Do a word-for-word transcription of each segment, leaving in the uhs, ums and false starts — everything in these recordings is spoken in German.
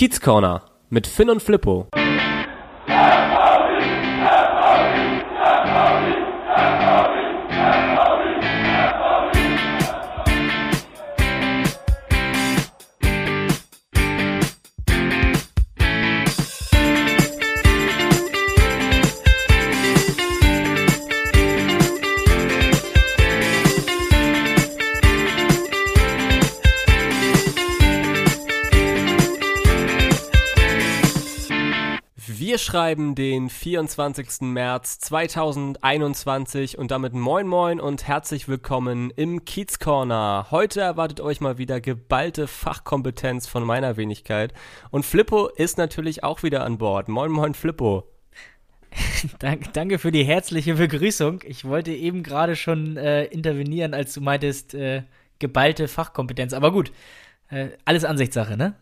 Kiez Corner mit Finn und Flippo. Wir schreiben den vierundzwanzigsten März zweitausendeinundzwanzig und damit moin moin und herzlich willkommen im Kiez Corner. Heute erwartet euch mal wieder geballte Fachkompetenz von meiner Wenigkeit und Flippo ist natürlich auch wieder an Bord. Moin moin Flippo. Dank, danke für die herzliche Begrüßung. Ich wollte eben gerade schon äh, intervenieren, als du meintest, äh, geballte Fachkompetenz. Aber gut, äh, alles Ansichtssache, ne?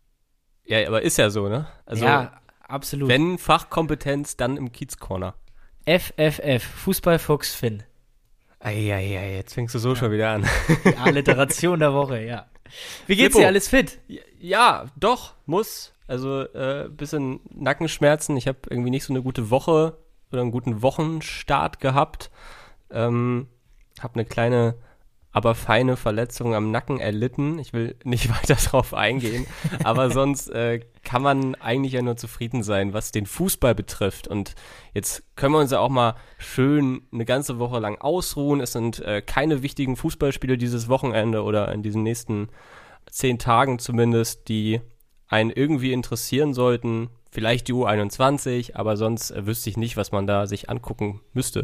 Ja, aber ist ja so, ne? Also ja, absolut. Wenn Fachkompetenz, dann im Kiez Corner. F F F, Fußballfuchs Finn. Eieiei, jetzt fängst du so ja. schon wieder an. Die Alliteration der Woche, ja. Wie geht's Flippo? Dir, alles fit? Ja, doch, muss. Also äh, bisschen Nackenschmerzen. Ich habe irgendwie nicht so eine gute Woche oder einen guten Wochenstart gehabt. Ähm, habe eine kleine, aber feine Verletzung am Nacken erlitten. Ich will nicht weiter drauf eingehen, aber sonst äh, kann man eigentlich ja nur zufrieden sein, was den Fußball betrifft. Und jetzt können wir uns ja auch mal schön eine ganze Woche lang ausruhen. Es sind äh, keine wichtigen Fußballspiele dieses Wochenende oder in diesen nächsten zehn Tagen zumindest, die einen irgendwie interessieren sollten. Vielleicht die U einundzwanzig, aber sonst äh, wüsste ich nicht, was man da sich angucken müsste.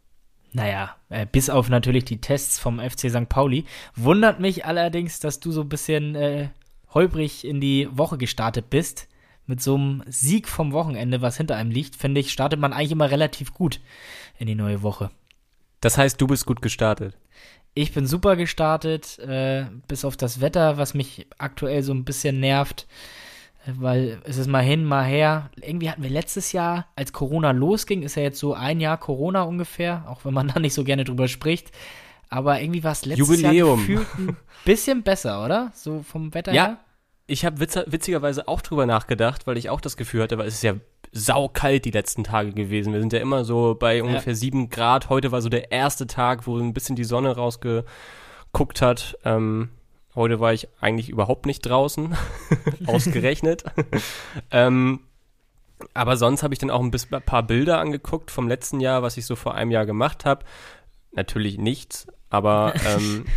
Naja, äh, bis auf natürlich die Tests vom F C Sankt Pauli. Wundert mich allerdings, dass du so ein bisschen äh, holprig in die Woche gestartet bist. Mit so einem Sieg vom Wochenende, was hinter einem liegt, finde ich, startet man eigentlich immer relativ gut in die neue Woche. Das heißt, du bist gut gestartet? Ich bin super gestartet, äh, bis auf das Wetter, was mich aktuell so ein bisschen nervt. Weil es ist mal hin, mal her. Irgendwie hatten wir letztes Jahr, als Corona losging, ist ja jetzt so ein Jahr Corona ungefähr, auch wenn man da nicht so gerne drüber spricht. Aber irgendwie war es letztes Jubiläum. Jahr gefühlt ein bisschen besser, oder? So vom Wetter ja, her. Ich habe witz- witzigerweise auch drüber nachgedacht, weil ich auch das Gefühl hatte, weil es ist ja saukalt die letzten Tage gewesen. Wir sind ja immer so bei ungefähr ja. sieben Grad. Heute war so der erste Tag, wo ein bisschen die Sonne rausgeguckt hat. Ähm, Heute war ich eigentlich überhaupt nicht draußen, ausgerechnet. ähm, aber sonst habe ich dann auch ein, bisschen, ein paar Bilder angeguckt vom letzten Jahr, was ich so vor einem Jahr gemacht habe. Natürlich nichts, aber ähm,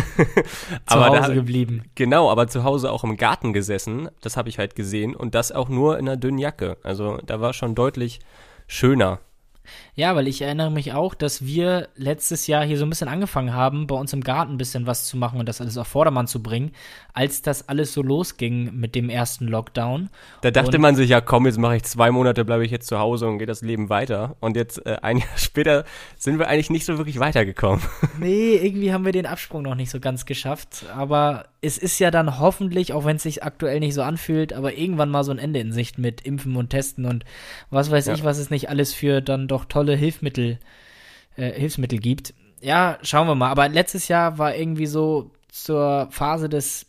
zu aber Hause da, geblieben. Genau, aber zu Hause auch im Garten gesessen. Das habe ich halt gesehen und das auch nur in einer dünnen Jacke. Also da war schon deutlich schöner. Ja, weil ich erinnere mich auch, dass wir letztes Jahr hier so ein bisschen angefangen haben, bei uns im Garten ein bisschen was zu machen und das alles auf Vordermann zu bringen, als das alles so losging mit dem ersten Lockdown. Da dachte und man sich, ja komm, jetzt mache ich zwei Monate, bleibe ich jetzt zu Hause und geht das Leben weiter. Und jetzt äh, ein Jahr später sind wir eigentlich nicht so wirklich weitergekommen. Nee, irgendwie haben wir den Absprung noch nicht so ganz geschafft. Aber es ist ja dann hoffentlich, auch wenn es sich aktuell nicht so anfühlt, aber irgendwann mal so ein Ende in Sicht mit Impfen und Testen und was weiß ja. ich, was es nicht alles für dann doch tolle Hilfsmittel, äh, Hilfsmittel gibt. Ja, schauen wir mal. Aber letztes Jahr war irgendwie so zur Phase des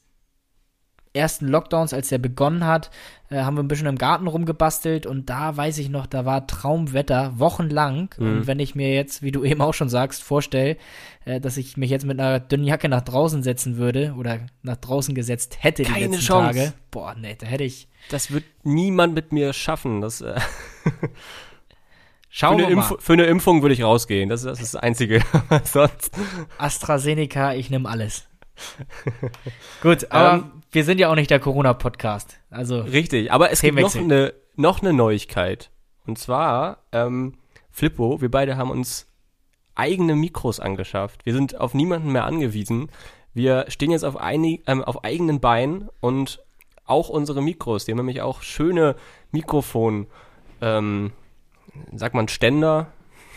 ersten Lockdowns, als der begonnen hat, äh, haben wir ein bisschen im Garten rumgebastelt und da weiß ich noch, da war Traumwetter, wochenlang. Mhm. Und wenn ich mir jetzt, wie du eben auch schon sagst, vorstelle, äh, dass ich mich jetzt mit einer dünnen Jacke nach draußen setzen würde oder nach draußen gesetzt hätte die Keine letzten Chance. Tage. Boah, nee, da hätte ich... Das wird niemand mit mir schaffen. Das, äh Schauen für, eine wir Impf- mal. für eine Impfung würde ich rausgehen. Das, das ist das Einzige. Sonst. AstraZeneca, ich nehme alles. Gut, aber ähm, wir sind ja auch nicht der Corona-Podcast. Also richtig, aber es gibt noch eine, noch eine Neuigkeit. Und zwar, ähm, Flippo, wir beide haben uns eigene Mikros angeschafft. Wir sind auf niemanden mehr angewiesen. Wir stehen jetzt auf, einig, ähm, auf eigenen Beinen und auch unsere Mikros, die haben nämlich auch schöne Mikrofon, ähm, sagt man Ständer?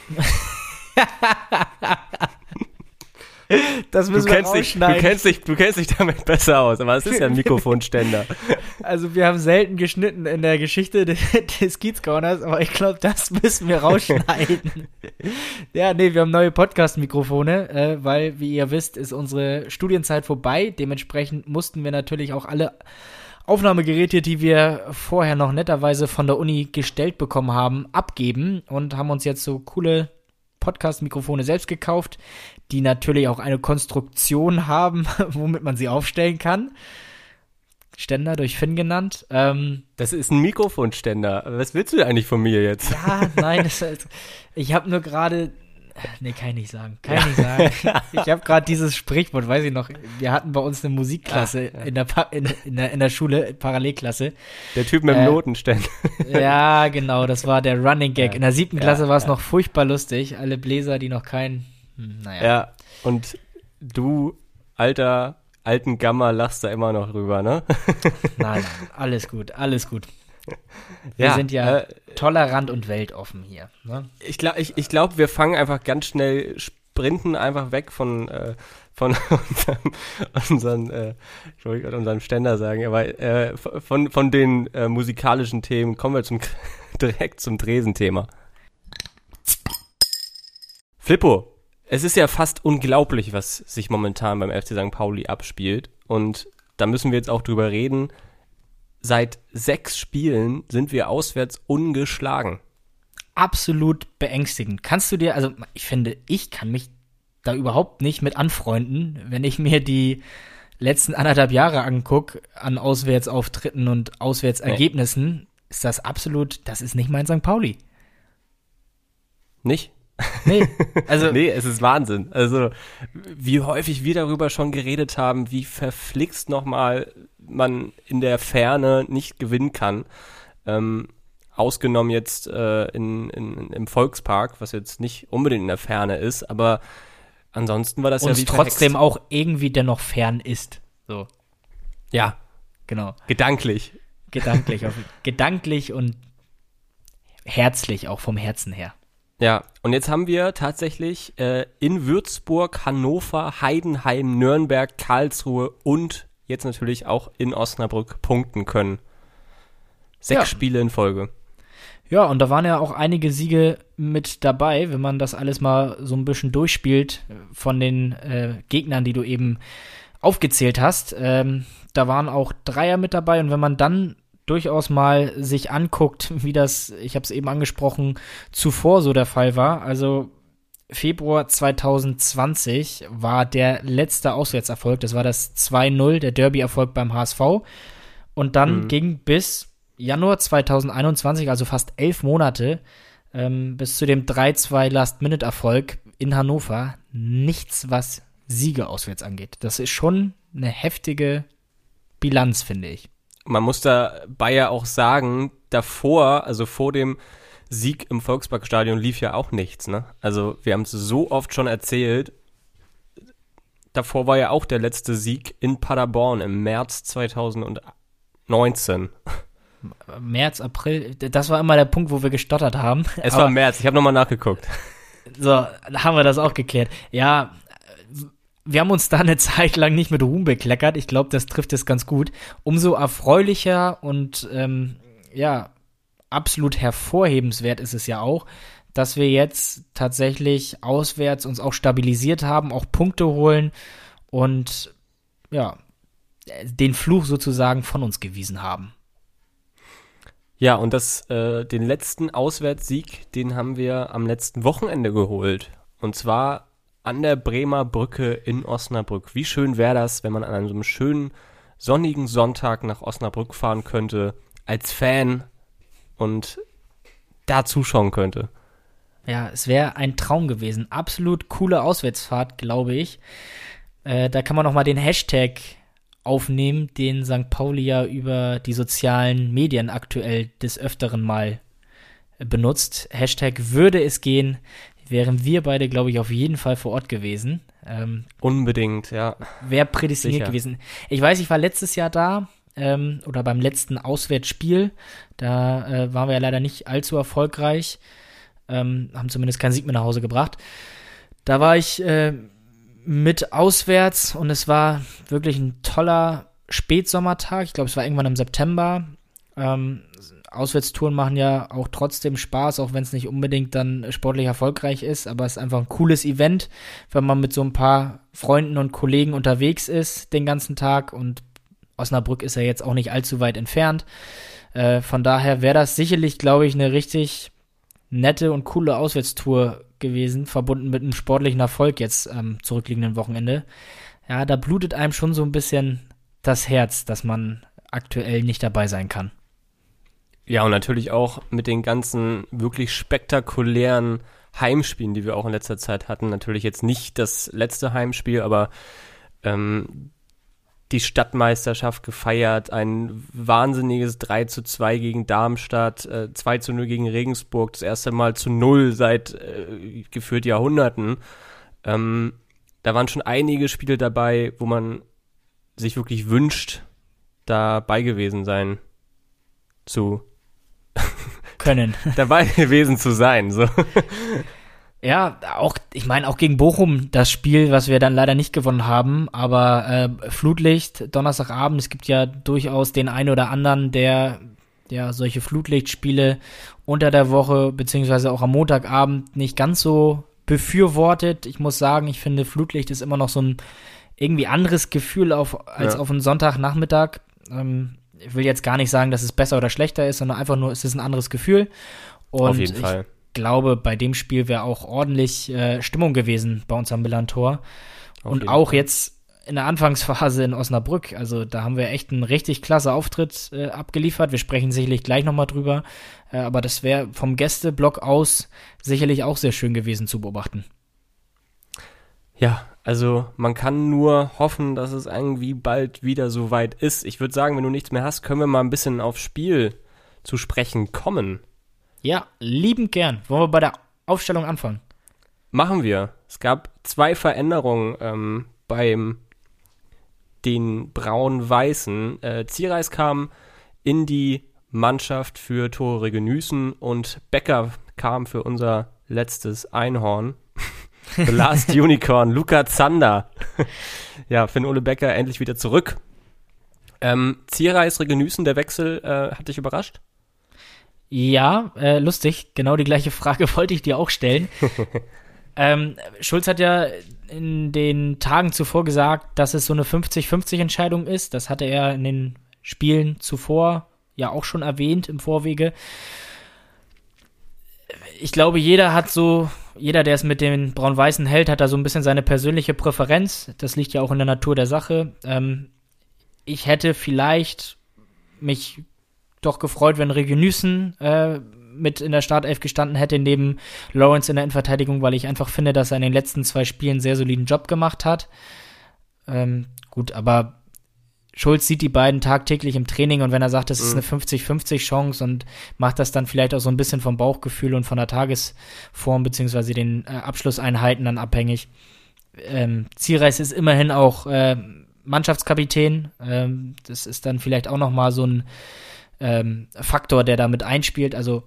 Das müssen du wir kennst rausschneiden. Dich, du, kennst dich, du kennst dich damit besser aus, aber es ist ja ein Mikrofonständer. Also wir haben selten geschnitten in der Geschichte des, des Kiez Corners, aber ich glaube, das müssen wir rausschneiden. Ja, nee, wir haben neue Podcast-Mikrofone, äh, weil, wie ihr wisst, ist unsere Studienzeit vorbei. Dementsprechend mussten wir natürlich auch alle Aufnahmegeräte, die wir vorher noch netterweise von der Uni gestellt bekommen haben, abgeben und haben uns jetzt so coole Podcast-Mikrofone selbst gekauft, die natürlich auch eine Konstruktion haben, womit man sie aufstellen kann. Ständer durch Finn genannt. Ähm, das ist ein Mikrofonständer. Was willst du eigentlich von mir jetzt? Ja, nein, das ist, ich habe nur gerade, nee, kann ich nicht sagen, kann ich nicht sagen. Ich habe gerade dieses Sprichwort, weiß ich noch, wir hatten bei uns eine Musikklasse ah, ja. in, der pa- in, in, der, in der Schule, Parallelklasse. Der Typ mit dem äh, Notenständer. Ja, genau, das war der Running Gag. Ja, in der siebten Klasse ja, war es ja. noch furchtbar lustig. Alle Bläser, die noch keinen, hm, naja. Ja, und du, alter alten Gamma, lachst da immer noch drüber, ne? Nein, nein, alles gut, alles gut. Wir ja, sind ja äh, tolerant und weltoffen hier. Ne? Ich glaube, ich, ich glaub, wir fangen einfach ganz schnell, sprinten einfach weg von, äh, von unserem, unseren, äh, ich wollte gerade unserem Ständer sagen, aber äh, von, von den äh, musikalischen Themen kommen wir zum, direkt zum Tresenthema. Flippo. Es ist ja fast unglaublich, was sich momentan beim F C Sankt Pauli abspielt. Und da müssen wir jetzt auch drüber reden. Seit sechs Spielen sind wir auswärts ungeschlagen. Absolut beängstigend. Kannst du dir, also ich finde, ich kann mich da überhaupt nicht mit anfreunden, wenn ich mir die letzten anderthalb Jahre angucke an Auswärtsauftritten und Auswärtsergebnissen, nee. Ist das absolut, das ist nicht mein Sankt Pauli. Nicht? Nee, also nee, es ist Wahnsinn. Also, wie häufig wir darüber schon geredet haben, wie verflixt nochmal man in der Ferne nicht gewinnen kann. Ähm, ausgenommen jetzt äh, in, in, im Volkspark, was jetzt nicht unbedingt in der Ferne ist, aber ansonsten war das uns ja wie trotzdem verhext. Auch irgendwie dennoch fern ist. So. Ja, genau. Gedanklich. Gedanklich, auf, gedanklich und herzlich, auch vom Herzen her. Ja, und jetzt haben wir tatsächlich äh, in Würzburg, Hannover, Heidenheim, Nürnberg, Karlsruhe und jetzt natürlich auch in Osnabrück punkten können. Sechs ja. Spiele in Folge. Ja, und da waren ja auch einige Siege mit dabei, wenn man das alles mal so ein bisschen durchspielt von den äh, Gegnern, die du eben aufgezählt hast. Ähm, da waren auch Dreier mit dabei und wenn man dann durchaus mal sich anguckt, wie das, ich habe es eben angesprochen, zuvor so der Fall war. Also Februar zwanzig zwanzig war der letzte Auswärtserfolg. Das war das zwei null, der Derby-Erfolg beim H S V. Und dann mhm. ging bis Januar zwanzig einundzwanzig, also fast elf Monate, ähm, bis zu dem drei zwei Last-Minute-Erfolg in Hannover, nichts, was Siege auswärts angeht. Das ist schon eine heftige Bilanz, finde ich. Man muss dabei ja auch sagen, davor, also vor dem Sieg im Volksparkstadion lief ja auch nichts, ne? Also wir haben es so oft schon erzählt, davor war ja auch der letzte Sieg in Paderborn im März zwanzig neunzehn. März, April, das war immer der Punkt, wo wir gestottert haben. Es war März, ich habe nochmal nachgeguckt. So, haben wir das auch geklärt. Ja, wir haben uns da eine Zeit lang nicht mit Ruhm bekleckert. Ich glaube, das trifft es ganz gut. Umso erfreulicher und ähm, ja, absolut hervorhebenswert ist es ja auch, dass wir jetzt tatsächlich auswärts uns auch stabilisiert haben, auch Punkte holen und ja, den Fluch sozusagen von uns gewiesen haben. Ja, und das, äh, den letzten Auswärtssieg, den haben wir am letzten Wochenende geholt. Und zwar an der Bremer Brücke in Osnabrück. Wie schön wäre das, wenn man an einem schönen sonnigen Sonntag nach Osnabrück fahren könnte, als Fan und da zuschauen könnte. Ja, es wäre ein Traum gewesen. Absolut coole Auswärtsfahrt, glaube ich. Äh, da kann man noch mal den Hashtag aufnehmen, den Sankt Pauli ja über die sozialen Medien aktuell des Öfteren mal benutzt. Hashtag würde es gehen, wären wir beide, glaube ich, auf jeden Fall vor Ort gewesen. Ähm, Unbedingt, ja. Wäre prädestiniert Sicher. gewesen. Ich weiß, ich war letztes Jahr da, ähm, oder beim letzten Auswärtsspiel. Da äh, waren wir ja leider nicht allzu erfolgreich. Ähm, haben zumindest keinen Sieg mehr nach Hause gebracht. Da war ich äh, mit auswärts und es war wirklich ein toller Spätsommertag. Ich glaube, es war irgendwann im September. Ähm, Auswärtstouren machen ja auch trotzdem Spaß, auch wenn es nicht unbedingt dann sportlich erfolgreich ist, aber es ist einfach ein cooles Event, wenn man mit so ein paar Freunden und Kollegen unterwegs ist den ganzen Tag und Osnabrück ist ja jetzt auch nicht allzu weit entfernt. Äh, von daher wäre das sicherlich, glaube ich, eine richtig nette und coole Auswärtstour gewesen, verbunden mit einem sportlichen Erfolg jetzt am zurückliegenden Wochenende. Ja, da blutet einem schon so ein bisschen das Herz, dass man aktuell nicht dabei sein kann. Ja, und natürlich auch mit den ganzen wirklich spektakulären Heimspielen, die wir auch in letzter Zeit hatten. Natürlich jetzt nicht das letzte Heimspiel, aber ähm, die Stadtmeisterschaft gefeiert, ein wahnsinniges drei zu zwei gegen Darmstadt, äh, zwei zu null gegen Regensburg, das erste Mal zu null seit äh, gefühlt Jahrhunderten. Ähm, da waren schon einige Spiele dabei, wo man sich wirklich wünscht, dabei gewesen sein zu können. dabei gewesen zu sein, so. Ja, auch, ich meine, auch gegen Bochum das Spiel, was wir dann leider nicht gewonnen haben, aber äh, Flutlicht, Donnerstagabend, es gibt ja durchaus den einen oder anderen, der ja solche Flutlichtspiele unter der Woche, beziehungsweise auch am Montagabend nicht ganz so befürwortet. Ich muss sagen, ich finde, Flutlicht ist immer noch so ein irgendwie anderes Gefühl auf, als ja. auf einen Sonntagnachmittag. Ähm, ich will jetzt gar nicht sagen, dass es besser oder schlechter ist, sondern einfach nur, es ist ein anderes Gefühl. Und auf jeden ich Fall. glaube, bei dem Spiel wäre auch ordentlich äh, Stimmung gewesen bei uns am Millantor. Auf Und jeden auch Fall. jetzt in der Anfangsphase in Osnabrück. Also da haben wir echt einen richtig klasse Auftritt äh, abgeliefert. Wir sprechen sicherlich gleich nochmal drüber. Äh, aber das wäre vom Gästeblock aus sicherlich auch sehr schön gewesen zu beobachten. Ja, also man kann nur hoffen, dass es irgendwie bald wieder so weit ist. Ich würde sagen, wenn du nichts mehr hast, können wir mal ein bisschen aufs Spiel zu sprechen kommen. Ja, liebend gern. Wollen wir bei der Aufstellung anfangen? Machen wir. Es gab zwei Veränderungen ähm, beim den braun-weißen. Äh, Zierreis kam in die Mannschaft für Tore Regenüßen und Becker kam für unser letztes Einhorn. The Last Unicorn, Luca Zander. Ja, Finn-Ole Becker endlich wieder zurück. Ähm, Zierreis, Regenüßen, der Wechsel äh, hat dich überrascht? Ja, äh, lustig. Genau die gleiche Frage wollte ich dir auch stellen. ähm, Schulz hat ja in den Tagen zuvor gesagt, dass es so eine fünfzig fünfzig Entscheidung ist. Das hatte er in den Spielen zuvor ja auch schon erwähnt im Vorwege. Ich glaube, jeder hat so, jeder, der es mit den Braun-Weißen hält, hat da so ein bisschen seine persönliche Präferenz. Das liegt ja auch in der Natur der Sache. Ähm, ich hätte vielleicht mich doch gefreut, wenn Regenüßen äh, mit in der Startelf gestanden hätte, neben Lawrence in der Innenverteidigung, weil ich einfach finde, dass er in den letzten zwei Spielen einen sehr soliden Job gemacht hat. Ähm, gut, aber Schulz sieht die beiden tagtäglich im Training und wenn er sagt, das ist eine fünfzig fünfzig Chance und macht das dann vielleicht auch so ein bisschen vom Bauchgefühl und von der Tagesform beziehungsweise den äh, Abschlusseinheiten dann abhängig. Ähm, Zierreis ist immerhin auch äh, Mannschaftskapitän. Ähm, das ist dann vielleicht auch nochmal so ein ähm, Faktor, der damit einspielt. Also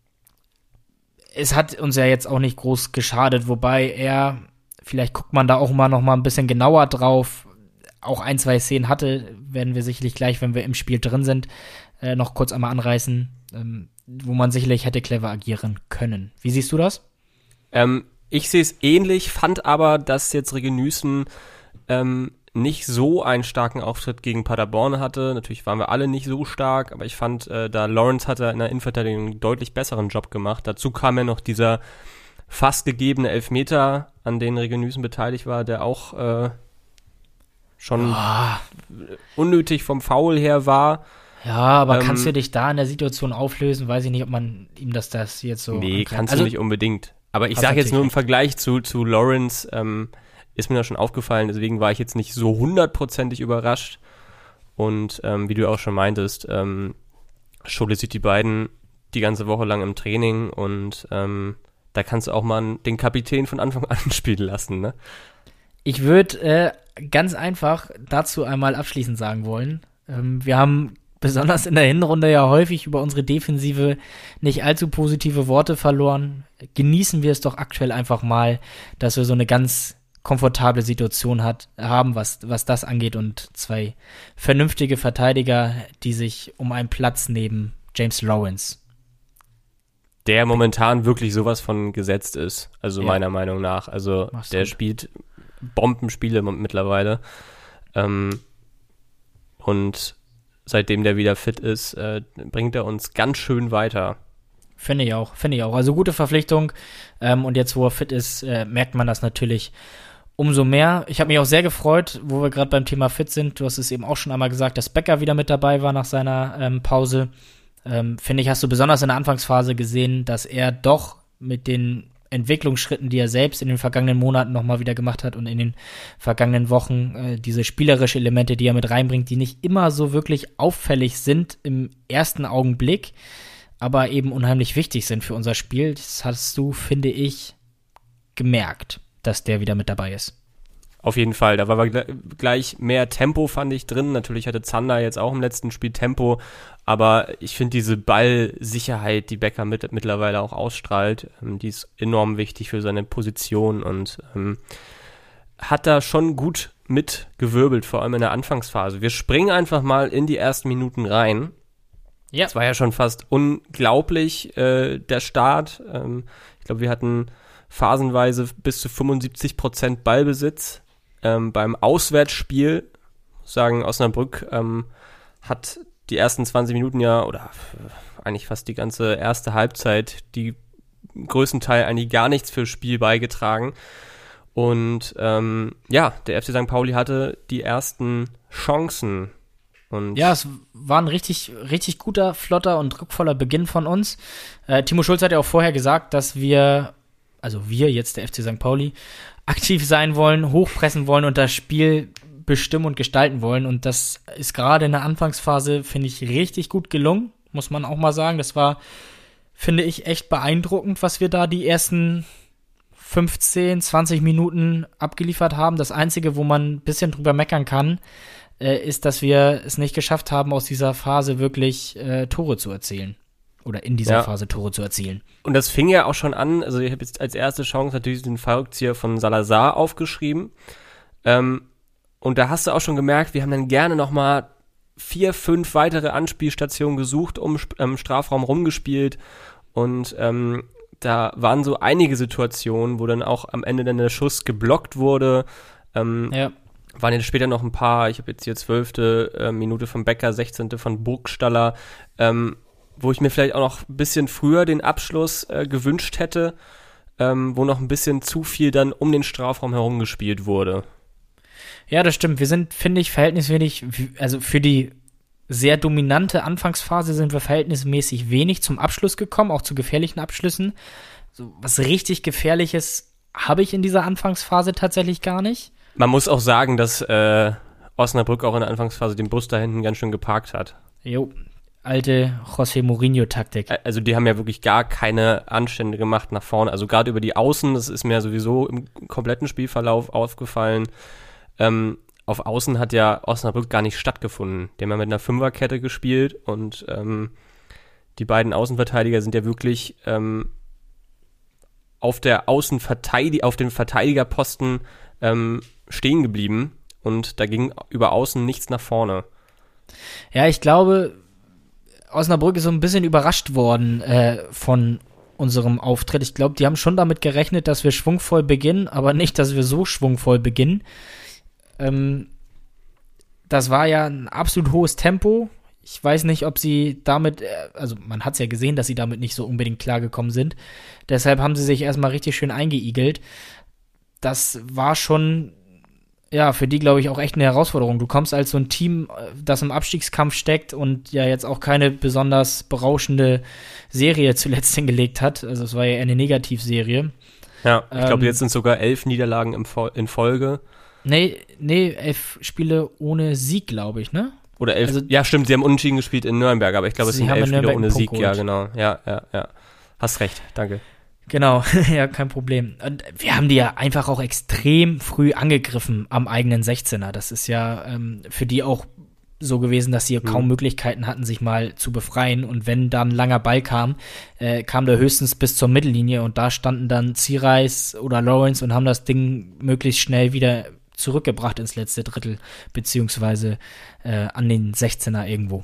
es hat uns ja jetzt auch nicht groß geschadet, wobei er, vielleicht guckt man da auch mal noch mal ein bisschen genauer drauf, auch ein, zwei Szenen hatte, werden wir sicherlich gleich, wenn wir im Spiel drin sind, äh, noch kurz einmal anreißen, ähm, wo man sicherlich hätte clever agieren können. Wie siehst du das? Ähm, ich sehe es ähnlich, fand aber, dass jetzt Regenüßen ähm, nicht so einen starken Auftritt gegen Paderborn hatte. Natürlich waren wir alle nicht so stark, aber ich fand, äh, da Lawrence hatte in der Innenverteidigung einen deutlich besseren Job gemacht. Dazu kam ja noch dieser fast gegebene Elfmeter, an den Regenüßen beteiligt war, der auch äh, schon oh. unnötig vom Foul her war. Ja, aber ähm, kannst du dich da in der Situation auflösen? Weiß ich nicht, ob man ihm das, das jetzt so... Nee, anklärt. kannst also, du nicht unbedingt. Aber ich sage jetzt nur im Vergleich zu, zu Lawrence, ähm, ist mir das schon aufgefallen, deswegen war ich jetzt nicht so hundertprozentig überrascht. Und ähm, wie du auch schon meintest, ähm, Schule sieht die beiden die ganze Woche lang im Training und ähm, da kannst du auch mal den Kapitän von Anfang an spielen lassen, ne? Ich würde äh, ganz einfach dazu einmal abschließend sagen wollen, ähm, wir haben besonders in der Hinrunde ja häufig über unsere Defensive nicht allzu positive Worte verloren. Genießen wir es doch aktuell einfach mal, dass wir so eine ganz komfortable Situation hat, haben, was, was das angeht und zwei vernünftige Verteidiger, die sich um einen Platz neben James Lawrence. Der momentan wirklich sowas von gesetzt ist, also ja. meiner Meinung nach. Also Mach's der gut. spielt Bombenspiele mittlerweile. Ähm, und seitdem der wieder fit ist, äh, bringt er uns ganz schön weiter. Finde ich auch, finde ich auch. Also gute Verpflichtung ähm, und jetzt, wo er fit ist, äh, merkt man das natürlich umso mehr. Ich habe mich auch sehr gefreut, wo wir gerade beim Thema fit sind. Du hast es eben auch schon einmal gesagt, dass Becker wieder mit dabei war nach seiner ähm, Pause. Ähm, finde ich, hast du besonders in der Anfangsphase gesehen, dass er doch mit den Entwicklungsschritten, die er selbst in den vergangenen Monaten nochmal wieder gemacht hat und in den vergangenen Wochen, äh, diese spielerischen Elemente, die er mit reinbringt, die nicht immer so wirklich auffällig sind im ersten Augenblick, aber eben unheimlich wichtig sind für unser Spiel. Das hast du, finde ich, gemerkt, dass der wieder mit dabei ist. Auf jeden Fall, da war gleich mehr Tempo, fand ich, drin. Natürlich hatte Zander jetzt auch im letzten Spiel Tempo, aber ich finde diese Ballsicherheit, die Becker mit, mittlerweile auch ausstrahlt, ähm, die ist enorm wichtig für seine Position und ähm, hat da schon gut mitgewirbelt, vor allem in der Anfangsphase. Wir springen einfach mal in die ersten Minuten rein. Ja. Es war ja schon fast unglaublich, äh, der Start. Ähm, ich glaube, wir hatten phasenweise bis zu fünfundsiebzig Prozent Ballbesitz. Ähm, beim Auswärtsspiel, sagen Osnabrück, ähm, hat die ersten zwanzig Minuten ja, oder eigentlich fast die ganze erste Halbzeit, die größten Teil eigentlich gar nichts fürs Spiel beigetragen. Und ähm, ja, der F C Sankt Pauli hatte die ersten Chancen. Und ja, es war ein richtig, richtig guter, flotter und druckvoller Beginn von uns. Äh, Timo Schulz hat ja auch vorher gesagt, dass wir also wir, jetzt der F C Sankt Pauli, aktiv sein wollen, hochpressen wollen und das Spiel bestimmen und gestalten wollen. Und das ist gerade in der Anfangsphase, finde ich, richtig gut gelungen, muss man auch mal sagen. Das war, finde ich, echt beeindruckend, was wir da die ersten fünfzehn, zwanzig Minuten abgeliefert haben. Das Einzige, wo man ein bisschen drüber meckern kann, äh, ist, dass wir es nicht geschafft haben, aus dieser Phase wirklich äh, Tore zu erzielen. Oder in dieser ja. Phase Tore zu erzielen. Und das fing ja auch schon an, also ich habe jetzt als erste Chance natürlich den Fallrückzieher von Salazar aufgeschrieben. Ähm, und da hast du auch schon gemerkt, wir haben dann gerne nochmal vier, fünf weitere Anspielstationen gesucht, um ähm, Strafraum rumgespielt. Und ähm, da waren so einige Situationen, wo dann auch am Ende dann der Schuss geblockt wurde. Ähm, ja. Waren jetzt später noch ein paar, ich habe jetzt hier zwölfte äh, Minute von Becker, sechzehnte von Burgstaller, ähm, wo ich mir vielleicht auch noch ein bisschen früher den Abschluss äh, gewünscht hätte, ähm, wo noch ein bisschen zu viel dann um den Strafraum herum gespielt wurde. Ja, das stimmt. Wir sind, finde ich, verhältnismäßig, also für die sehr dominante Anfangsphase sind wir verhältnismäßig wenig zum Abschluss gekommen, auch zu gefährlichen Abschlüssen. So was richtig Gefährliches habe ich in dieser Anfangsphase tatsächlich gar nicht. Man muss auch sagen, dass äh, Osnabrück auch in der Anfangsphase den Bus da hinten ganz schön geparkt hat. Jo. Alte José Mourinho-Taktik. Also die haben ja wirklich gar keine Anstände gemacht nach vorne. Also gerade über die Außen, das ist mir sowieso im kompletten Spielverlauf aufgefallen. Ähm, auf Außen hat ja Osnabrück gar nicht stattgefunden. Die haben ja mit einer Fünferkette gespielt und ähm, die beiden Außenverteidiger sind ja wirklich ähm, auf der Außenverteidiger, auf dem Verteidigerposten ähm, stehen geblieben und da ging über Außen nichts nach vorne. Ja, ich glaube, Osnabrück ist so ein bisschen überrascht worden äh, von unserem Auftritt. Ich glaube, die haben schon damit gerechnet, dass wir schwungvoll beginnen, aber nicht, dass wir so schwungvoll beginnen. Ähm, das war ja ein absolut hohes Tempo. Ich weiß nicht, ob sie damit, äh, also man hat es ja gesehen, dass sie damit nicht so unbedingt klargekommen sind. Deshalb haben sie sich erstmal richtig schön eingeigelt. Das war schon, ja, für die, glaube ich, auch echt eine Herausforderung. Du kommst als so ein Team, das im Abstiegskampf steckt und ja jetzt auch keine besonders berauschende Serie zuletzt hingelegt hat. Also es war ja eher eine Negativserie. Ja, ich glaube, ähm, jetzt sind sogar elf Niederlagen im Fol- in Folge. Nee, nee, elf Spiele ohne Sieg, glaube ich, ne? Oder elf, also, ja stimmt, sie haben unentschieden gespielt in Nürnberg, aber ich glaube, es sind elf Spiele ohne Sieg, ja genau. Ja, ja, ja. Hast recht, danke. Genau, ja, kein Problem. Und wir haben die ja einfach auch extrem früh angegriffen am eigenen sechzehner. Das ist ja ähm, für die auch so gewesen, dass sie hm. kaum Möglichkeiten hatten, sich mal zu befreien. Und wenn dann ein langer Ball kam, äh, kam der höchstens bis zur Mittellinie und da standen dann Ziereis oder Lawrence und haben das Ding möglichst schnell wieder zurückgebracht ins letzte Drittel, beziehungsweise äh, an den sechzehner irgendwo.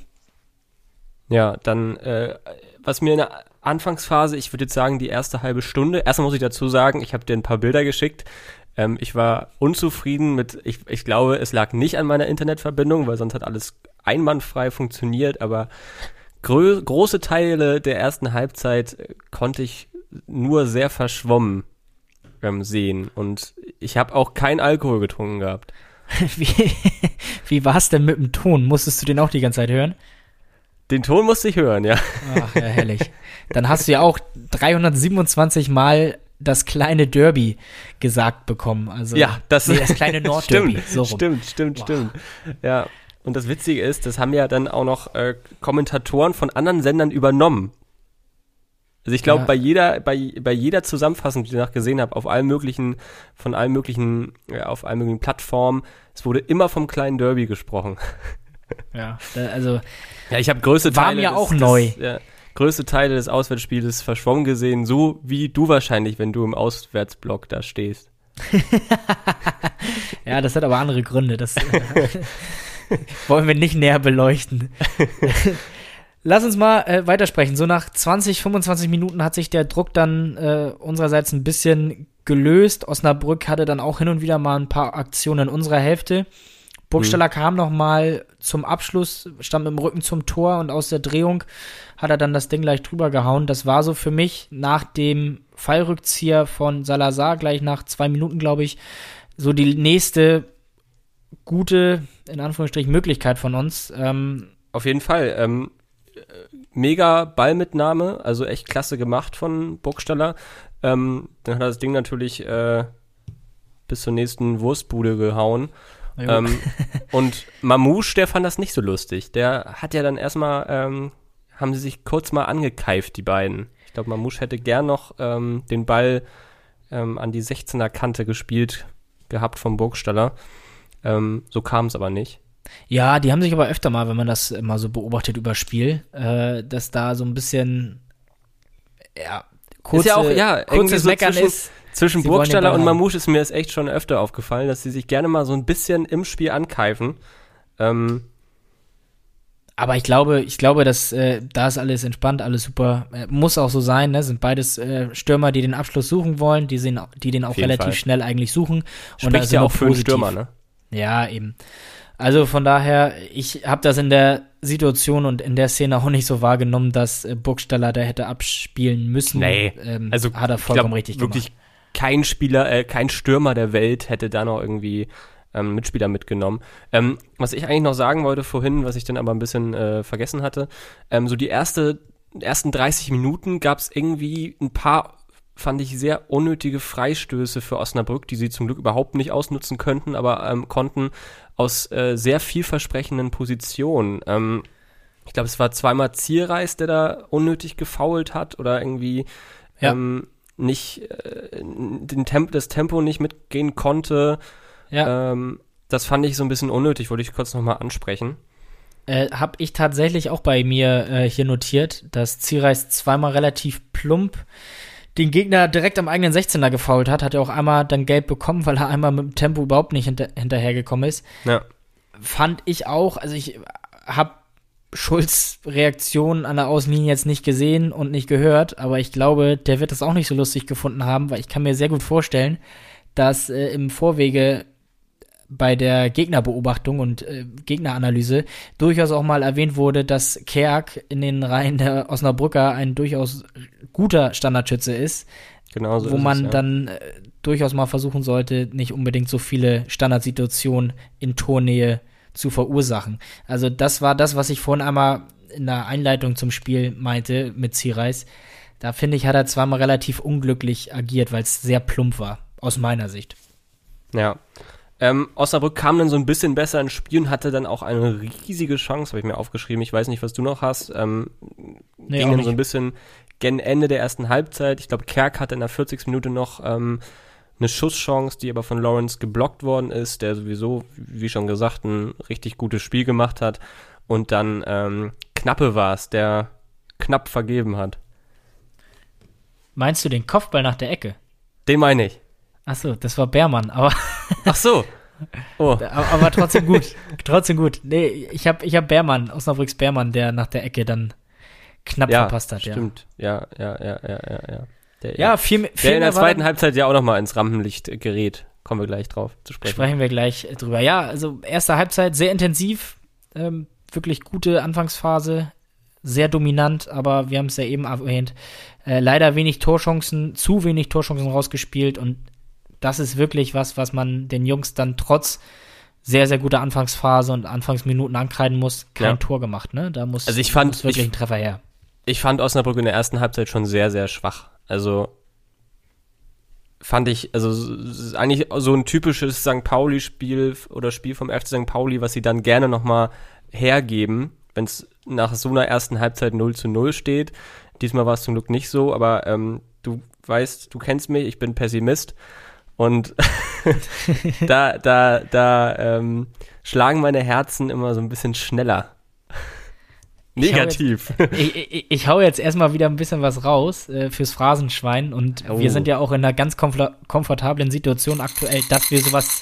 Ja, dann, äh, was mir in der Anfangsphase, ich würde jetzt sagen, die erste halbe Stunde, erstmal muss ich dazu sagen, ich habe dir ein paar Bilder geschickt, Ähm, ich war unzufrieden mit, ich, ich glaube, es lag nicht an meiner Internetverbindung, weil sonst hat alles einwandfrei funktioniert, aber grö- große Teile der ersten Halbzeit äh, konnte ich nur sehr verschwommen ähm, sehen und ich habe auch keinen Alkohol getrunken gehabt. Wie, wie war es denn mit dem Ton? Musstest du den auch die ganze Zeit hören? Den Ton musste ich hören, ja. Ach ja, herrlich. Dann hast du ja auch dreihundertsiebenundzwanzig Mal das kleine Derby gesagt bekommen. Also, ja, das, nee, das kleine Nordderby. Stimmt, so rum. stimmt, stimmt, Boah. stimmt. Ja, und das Witzige ist, das haben ja dann auch noch äh, Kommentatoren von anderen Sendern übernommen. Also ich glaube, Ja. bei jeder, bei, bei jeder Zusammenfassung, die ich danach gesehen habe, auf allen möglichen, von allen möglichen, ja, auf allen möglichen Plattformen, es wurde immer vom kleinen Derby gesprochen. Ja, da, also Ja, ich habe größte War Teile mir des, auch des, neu. Ja, größte Teile des Auswärtsspiels verschwommen gesehen, so wie du wahrscheinlich, wenn du im Auswärtsblock da stehst. ja, das hat aber andere Gründe. Das äh, wollen wir nicht näher beleuchten. Lass uns mal äh, weitersprechen. So nach zwanzig, fünfundzwanzig Minuten hat sich der Druck dann äh, unsererseits ein bisschen gelöst. Osnabrück hatte dann auch hin und wieder mal ein paar Aktionen in unserer Hälfte. Burgstaller mhm. kam noch mal zum Abschluss, stand mit dem Rücken zum Tor und aus der Drehung hat er dann das Ding gleich drüber gehauen. Das war so für mich nach dem Fallrückzieher von Salazar, gleich nach zwei Minuten, glaube ich, so die nächste gute, in Anführungsstrichen, Möglichkeit von uns. Ähm, Auf jeden Fall. Ähm, mega Ballmitnahme, also echt klasse gemacht von Burgstaller. Ähm, dann hat er das Ding natürlich äh, bis zur nächsten Wurstbude gehauen. Ähm, und Mamouche, der fand das nicht so lustig. Der hat ja dann erstmal, ähm, haben sie sich kurz mal angekeift, die beiden. Ich glaube, Mamouche hätte gern noch ähm, den Ball ähm, an die sechzehner Kante gespielt gehabt vom Burgstaller. Ähm, so kam es aber nicht. Ja, die haben sich aber öfter mal, wenn man das mal so beobachtet über Spiel, äh, dass da so ein bisschen, ja, kurze, ist ja auch, ja, kurzes so Meckern zwischen, ist. Zwischen Sie wollen den Burgstaller Ball und haben. Mamouche ist mir das echt schon öfter aufgefallen, dass sie sich gerne mal so ein bisschen im Spiel ankeifen. Ähm, Aber ich glaube, ich glaube, dass äh, da ist alles entspannt, alles super. Äh, muss auch so sein, ne? Sind beides äh, Stürmer, die den Abschluss suchen wollen, die, sehen, die den auch Auf jeden relativ Fall. schnell eigentlich suchen. Und spricht ja auch für einen Stürmer, ne? Ja, eben. Also von daher, ich habe das in der Situation und in der Szene auch nicht so wahrgenommen, dass äh, Burgstaller da hätte abspielen müssen. Nee, ähm, also hat er ich vollkommen glaub, richtig wirklich gemacht. kein Spieler, äh, kein Stürmer der Welt hätte da noch irgendwie ähm, Mitspieler mitgenommen. Ähm, was ich eigentlich noch sagen wollte vorhin, was ich dann aber ein bisschen äh, vergessen hatte, ähm, so die erste, ersten dreißig Minuten gab es irgendwie ein paar, fand ich, sehr unnötige Freistöße für Osnabrück, die sie zum Glück überhaupt nicht ausnutzen könnten, aber ähm, konnten aus äh, sehr vielversprechenden Positionen. Ähm, ich glaube, es war zweimal Zierreis, der da unnötig gefoult hat oder irgendwie Ja. ähm, nicht äh, den Temp- das Tempo nicht mitgehen konnte. Ja. Ähm, das fand ich so ein bisschen unnötig, wollte ich kurz nochmal ansprechen. Äh, habe ich tatsächlich auch bei mir äh, hier notiert, dass Zierreis zweimal relativ plump den Gegner direkt am eigenen sechzehner gefoult hat. Hat er auch einmal dann gelb bekommen, weil er einmal mit dem Tempo überhaupt nicht hinter, hinterhergekommen ist. Ja. Fand ich auch, also ich habe Schulz' Reaktion an der Außenlinie jetzt nicht gesehen und nicht gehört, aber ich glaube, der wird das auch nicht so lustig gefunden haben, weil ich kann mir sehr gut vorstellen, dass äh, im Vorwege bei der Gegnerbeobachtung und äh, Gegneranalyse durchaus auch mal erwähnt wurde, dass Kerk in den Reihen der Osnabrücker ein durchaus guter Standardschütze ist, Genau so wo ist man es, ja. dann äh, durchaus mal versuchen sollte, nicht unbedingt so viele Standardsituationen in Tornähe zu verursachen. Also das war das, was ich vorhin einmal in der Einleitung zum Spiel meinte mit Zierreis. Da finde ich, hat er zweimal relativ unglücklich agiert, weil es sehr plump war, aus meiner Sicht. Ja. Ähm, Osnabrück kam dann so ein bisschen besser ins Spiel und hatte dann auch eine riesige Chance, habe ich mir aufgeschrieben. Ich weiß nicht, was du noch hast. Ähm, Nee, ging auch dann nicht. so ein bisschen gen Ende der ersten Halbzeit. Ich glaube, Kerk hatte in der vierzigsten Minute noch ähm, eine Schusschance, die aber von Lawrence geblockt worden ist, der sowieso, wie schon gesagt, ein richtig gutes Spiel gemacht hat. Und dann ähm, Knappe war es, der knapp vergeben hat. Meinst du den Kopfball nach der Ecke? Den meine ich. Achso, das war Beermann, aber, Ach so. Oh. aber, aber trotzdem gut. Trotzdem gut. Nee, ich habe ich hab Beermann, Osnabrücks Beermann, der nach der Ecke dann knapp Ja, verpasst hat. stimmt. Ja, ja, ja, ja, ja, ja. Der, Ja, ja viel, viel der in der mehr war zweiten dann- Halbzeit ja auch nochmal ins Rampenlicht äh, gerät, kommen wir gleich drauf zu sprechen. Sprechen wir gleich drüber. Ja, also erste Halbzeit sehr intensiv, ähm, wirklich gute Anfangsphase, sehr dominant, aber wir haben es ja eben erwähnt, äh, leider wenig Torchancen, zu wenig Torchancen rausgespielt und das ist wirklich was, was man den Jungs dann trotz sehr, sehr guter Anfangsphase und Anfangsminuten ankreiden muss. Kein ja. Tor gemacht, ne? Da muss, also ich fand, muss wirklich ich, ein Treffer her. Ich fand Osnabrück in der ersten Halbzeit schon sehr, sehr schwach. Also fand ich, also es ist eigentlich so ein typisches Sankt Pauli-Spiel oder Spiel vom F C Sankt Pauli, was sie dann gerne nochmal hergeben, wenn es nach so einer ersten Halbzeit null zu null steht. Diesmal war es zum Glück nicht so, aber ähm, du weißt, du kennst mich, ich bin Pessimist und da, da, da ähm, schlagen meine Herzen immer so ein bisschen schneller. Negativ. Ich hau, jetzt, ich, ich, ich hau jetzt erstmal wieder ein bisschen was raus äh, fürs Phrasenschwein und oh. wir sind ja auch in einer ganz komfort- komfortablen Situation aktuell, dass wir sowas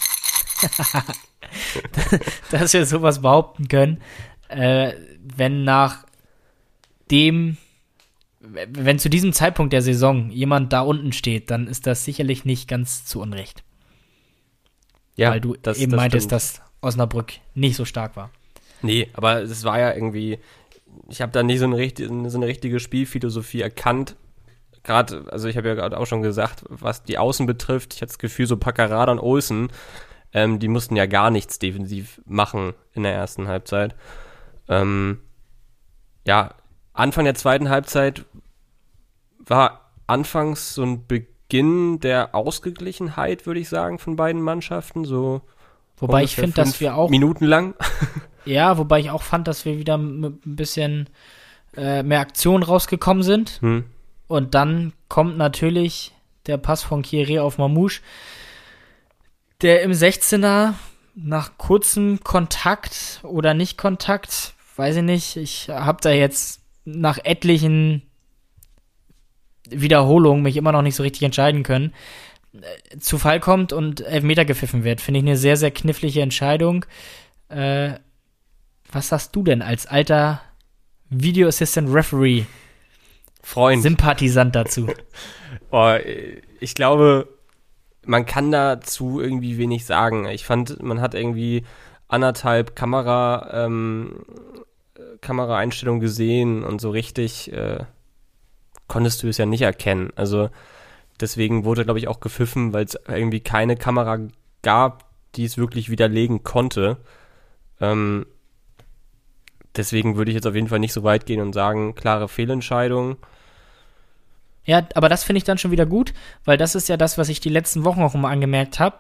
dass wir sowas behaupten können, äh, wenn nach dem wenn zu diesem Zeitpunkt der Saison jemand da unten steht, dann ist das sicherlich nicht ganz zu Unrecht. Ja, weil du das, eben das meintest, stimmt. dass Osnabrück nicht so stark war. Nee, aber es war ja irgendwie, ich habe da nicht so eine, richtig, so eine richtige Spielphilosophie erkannt. Gerade, also ich habe ja gerade auch schon gesagt, was die Außen betrifft, ich hatte das Gefühl, so Paccarada und Olsen, ähm, die mussten ja gar nichts defensiv machen in der ersten Halbzeit. Ähm, ja, Anfang der zweiten Halbzeit war anfangs so ein Beginn der Ausgeglichenheit, würde ich sagen, von beiden Mannschaften. So wobei ich finde, dass wir auch Minuten lang. Ja, wobei ich auch fand, dass wir wieder mit ein bisschen äh, mehr Aktion rausgekommen sind. Hm. Und dann kommt natürlich der Pass von Kieré auf Mamouche, der im sechzehner nach kurzem Kontakt oder nicht Kontakt, weiß ich nicht, ich habe da jetzt nach etlichen Wiederholungen mich immer noch nicht so richtig entscheiden können, zu Fall kommt und Elfmeter gepfiffen wird. Finde ich eine sehr, sehr knifflige Entscheidung. Äh, was sagst du denn als alter Video Assistant Referee Freund, Sympathisant dazu? Boah, ich glaube, man kann dazu irgendwie wenig sagen. Ich fand, man hat irgendwie anderthalb Kamera ähm, Kameraeinstellungen gesehen und so richtig äh, konntest du es ja nicht erkennen. Also deswegen wurde, glaube ich, auch gepfiffen, weil es irgendwie keine Kamera gab, die es wirklich widerlegen konnte. Ähm, deswegen würde ich jetzt auf jeden Fall nicht so weit gehen und sagen, klare Fehlentscheidung. Ja, aber das finde ich dann schon wieder gut, weil das ist ja das, was ich die letzten Wochen auch immer angemerkt habe,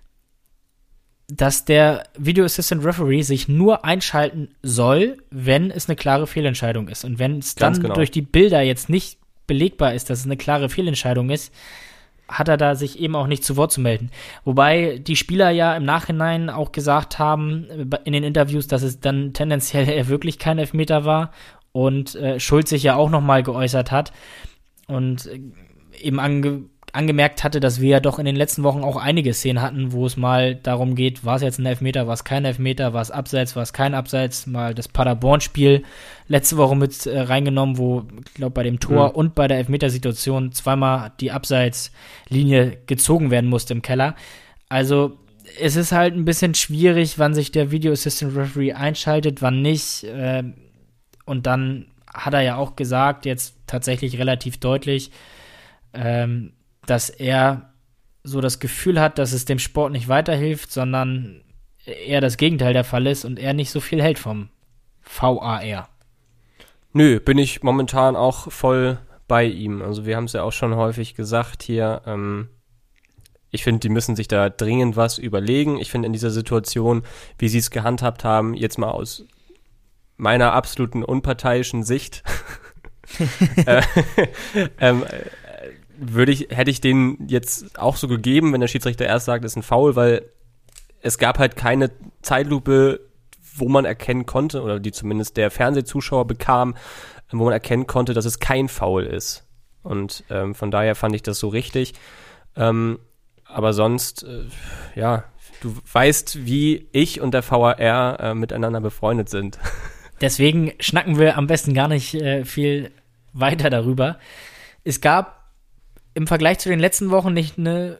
dass der Video Assistant Referee sich nur einschalten soll, wenn es eine klare Fehlentscheidung ist. Und wenn es dann genau. durch die Bilder jetzt nicht belegbar ist, dass es eine klare Fehlentscheidung ist, hat er da sich eben auch nicht zu Wort zu melden. Wobei die Spieler ja im Nachhinein auch gesagt haben in den Interviews, dass es dann tendenziell eher wirklich kein Elfmeter war und äh, Schulz sich ja auch nochmal geäußert hat und äh, eben ange angemerkt hatte, dass wir ja doch in den letzten Wochen auch einige Szenen hatten, wo es mal darum geht, war es jetzt ein Elfmeter, war es kein Elfmeter, war es Abseits, war es kein Abseits, mal das Paderborn-Spiel letzte Woche mit äh, reingenommen, wo, ich glaube, bei dem Tor mhm. und bei der Elfmetersituation zweimal die Abseitslinie gezogen werden musste im Keller. Also es ist halt ein bisschen schwierig, wann sich der Video Assistant Referee einschaltet, wann nicht. Äh, und dann hat er ja auch gesagt, jetzt tatsächlich relativ deutlich, ähm, dass er so das Gefühl hat, dass es dem Sport nicht weiterhilft, sondern eher das Gegenteil der Fall ist und er nicht so viel hält vom V A R. Nö, bin ich momentan auch voll bei ihm. Also wir haben es ja auch schon häufig gesagt hier, ähm, ich finde, die müssen sich da dringend was überlegen. Ich finde in dieser Situation, wie sie es gehandhabt haben, jetzt mal aus meiner absoluten unparteiischen Sicht, äh, ähm, würde ich, hätte ich den jetzt auch so gegeben, wenn der Schiedsrichter erst sagt, es ist ein Foul, weil es gab halt keine Zeitlupe, wo man erkennen konnte, oder die zumindest der Fernsehzuschauer bekam, wo man erkennen konnte, dass es kein Foul ist. Und ähm, von daher fand ich das so richtig. Ähm, aber sonst, äh, ja, du weißt, wie ich und der V A R äh, miteinander befreundet sind. Deswegen schnacken wir am besten gar nicht äh, viel weiter darüber. Es gab im Vergleich zu den letzten Wochen nicht eine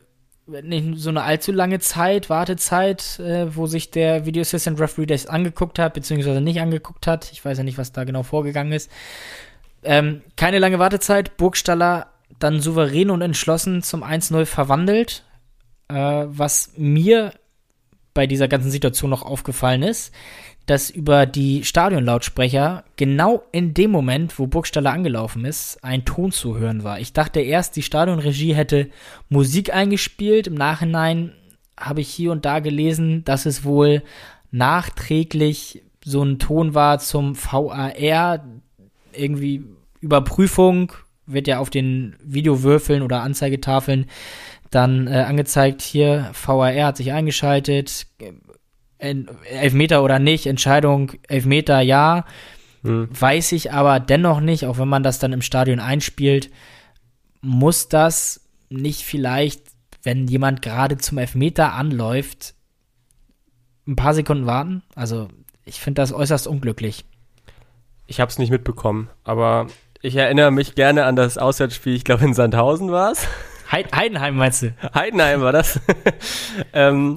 nicht so eine allzu lange Zeit, Wartezeit, äh, wo sich der Video Assistant Referee das angeguckt hat, beziehungsweise nicht angeguckt hat. Ich weiß ja nicht, was da genau vorgegangen ist. Ähm, keine lange Wartezeit. Burgstaller dann souverän und entschlossen zum eins null verwandelt. Äh, was mir bei dieser ganzen Situation noch aufgefallen ist, dass über die Stadionlautsprecher genau in dem Moment, wo Burgstaller angelaufen ist, ein Ton zu hören war. Ich dachte erst, die Stadionregie hätte Musik eingespielt. Im Nachhinein habe ich hier und da gelesen, dass es wohl nachträglich so ein Ton war zum V A R. Irgendwie Überprüfung wird ja auf den Videowürfeln oder Anzeigetafeln dann äh, angezeigt, hier V A R hat sich eingeschaltet, Elfmeter oder nicht, Entscheidung Elfmeter ja, hm. Weiß ich aber dennoch nicht, auch wenn man das dann im Stadion einspielt, muss das nicht vielleicht, wenn jemand gerade zum Elfmeter anläuft, ein paar Sekunden warten? Also ich finde das äußerst unglücklich. Ich habe es nicht mitbekommen, aber ich erinnere mich gerne an das Auswärtsspiel, ich glaube in Sandhausen war es. Heidenheim meinst du? Heidenheim war das. ähm,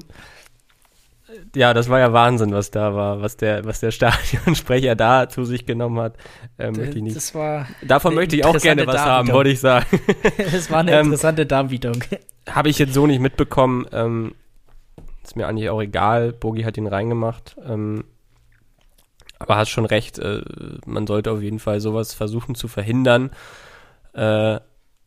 ja, das war ja Wahnsinn, was da war, was der, was der Stadionsprecher da zu sich genommen hat. Ähm, möchte ich nicht. Das war Davon möchte ich auch gerne was haben, wollte ich sagen. Das war eine interessante ähm, Darbietung. Habe ich jetzt so nicht mitbekommen. Ähm, ist mir eigentlich auch egal. Bogi hat ihn reingemacht. Ähm, aber hast schon recht. Äh, man sollte auf jeden Fall sowas versuchen zu verhindern. Äh,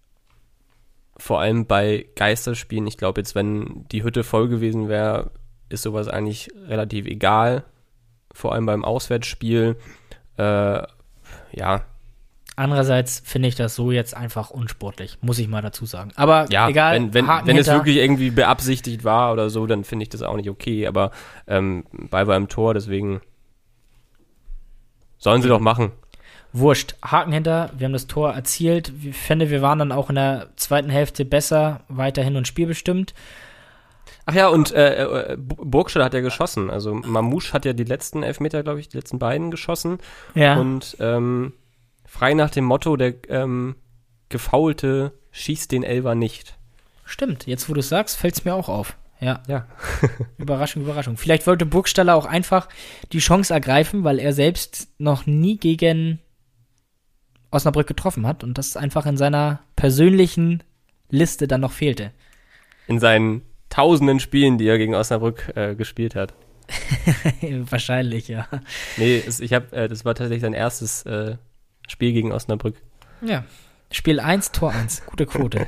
vor allem bei Geisterspielen. Ich glaube jetzt, wenn die Hütte voll gewesen wäre, ist sowas eigentlich relativ egal. Vor allem beim Auswärtsspiel. Äh, ja. Andererseits finde ich das so jetzt einfach unsportlich, muss ich mal dazu sagen. Aber ja, egal. Wenn, wenn, wenn es wirklich irgendwie beabsichtigt war oder so, dann finde ich das auch nicht okay. Aber ähm, Ball war im Tor, deswegen sollen sie doch machen. Wurscht. Haken hinter, wir haben das Tor erzielt. Ich finde, wir waren dann auch in der zweiten Hälfte besser, weiterhin und spielbestimmt. Ach ja, und äh, Burgstaller hat ja geschossen. Also Mamouche hat ja die letzten Elfmeter, glaube ich, die letzten beiden geschossen. Ja. Und ähm, frei nach dem Motto, der ähm, Gefaulte schießt den Elfer nicht. Stimmt, jetzt wo du es sagst, fällt es mir auch auf. Ja. ja. Überraschung, Überraschung. Vielleicht wollte Burgstaller auch einfach die Chance ergreifen, weil er selbst noch nie gegen Osnabrück getroffen hat und das einfach in seiner persönlichen Liste dann noch fehlte. In seinen tausenden Spielen, die er gegen Osnabrück äh, gespielt hat. Wahrscheinlich, ja. Nee, es, ich hab, äh, das war tatsächlich sein erstes äh, Spiel gegen Osnabrück. Ja, Spiel eins, Tor eins. Gute Quote.